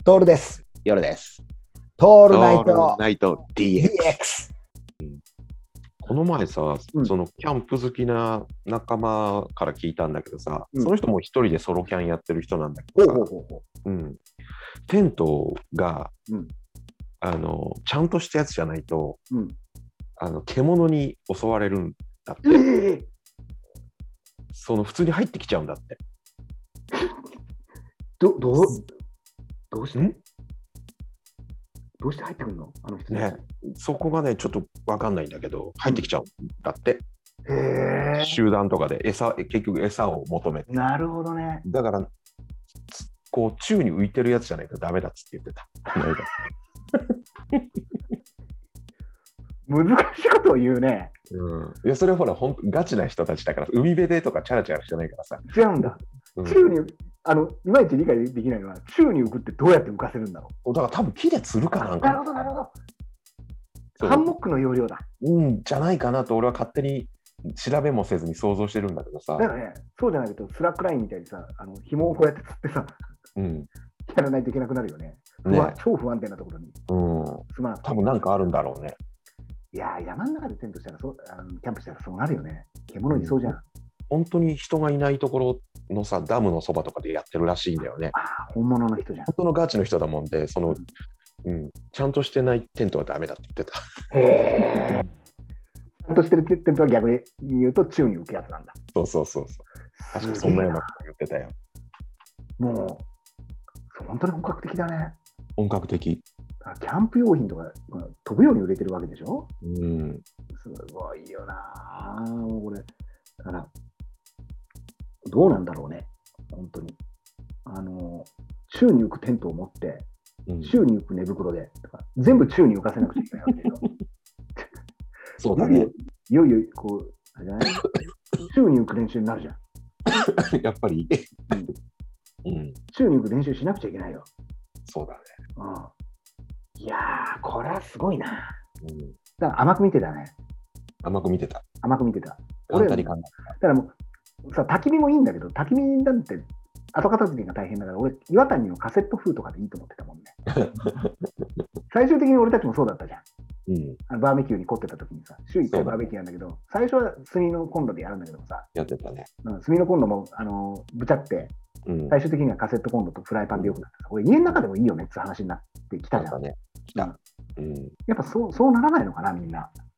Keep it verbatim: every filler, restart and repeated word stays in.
トールです。 夜です。 トールナイオールトナイト ディーエックス。 ディーエックス。 この前さ、 うんそのキャンプ好きな仲間から聞いたんだけどさ、 うんその人も一人でソロキャンやってる人なんだけほうどさ、 ほうほうほうん、テントが、 うんあのちゃんとしたやつじゃないと、 う。うん。 あの獣に襲われるんだっえて。 えその普通に入ってきちゃうんだって。 ど、どう、どうしてんどうして入ってくるのあの人ね、そこがね、ちょっとわかんないんだけど、入ってきちゃうんだって。 へえ。 集団とかで餌、結局餌を求めて。 なるほどね。 だから、つこう、宙に浮いてるやつじゃないとダメだっつって言ってた。この間難しいことを言うね。 うん、いやそれはほらほんガチな人たちだから、海辺でとかチャラチャラしてないからさ、 違うんだ。 うん、 宙に、あの、いまいち理解できないのは、宙に浮くってどうやって浮かせるんだろだから多分木で釣るかなんう。 かなるほど、なるほど。 そうハンモックの要領だ。 うんじゃないかなと俺は勝手に調べもせずに想像してるんだけどさ、 だからね、そうじゃないと、スラックラインみたいにさ、あの紐をこうやって釣ってさ、 うんやらないといけなくなるよね。不ね安超不安定なところにうん、 住まなくて多分なんかあるんだろうね。 いやー、山の中でテントしたらそう、あのキャンプしたらそうなるよね。獣いそうじゃん。 本当に人がいないところのさ、ダムのそばとかでやってるらしいんだよね。 ああ、本物の人じゃん。 本当のガチの人だもんで、その、うん、ちゃんとしてないテントはダメだって言ってた。 へえ。ちゃんとしてるテントは逆に言うと宙に浮くやつなんだ。 そうそうそうそう。確かそんなようなこと言ってたよ。 もう、そう本当に本格的だね。 本格的。 キャンプ用品とか飛ぶように売れてるわけでしょ。 うん。 すごいよな。もうこれ、だから、どうなんだろうね。本当に。あの、宙に浮くテントを持って、 うん、 宙に浮く寝袋でとか、全部宙に浮かせなくちゃいけないわけよ。 そうだね。 いよいよ、こう、あれじゃない宙に浮く練習になるじゃん。 やっぱり、 うん、 うん、 宙に浮く練習しなくちゃいけないよ。 そうだね。 うん、いやー、これはすごいな。 うん、 だから甘く見てたね。 甘く見てた。 甘く見てた。 俺だからもう、さ、焚き火もいいんだけど、焚き火なんて後片付けが大変だから、俺、岩谷のカセット風とかでいいと思ってたもんね。最終的に俺たちもそうだったじゃん。うん、あのバーベキューに凝ってた時にさ、週いっかいバーベキューやるんだけど、最初は炭のコンロでやるんだけどさ、 やってたね。 うん、炭のコンロも、あのー、ぶちゃって、うん、最終的にはカセットコンロとフライパンでよくなってさ、俺、家の中でもいいよねって話になってきたじゃん。 ね、来た。 うん、やっぱそう、そうならないのかな、みんな。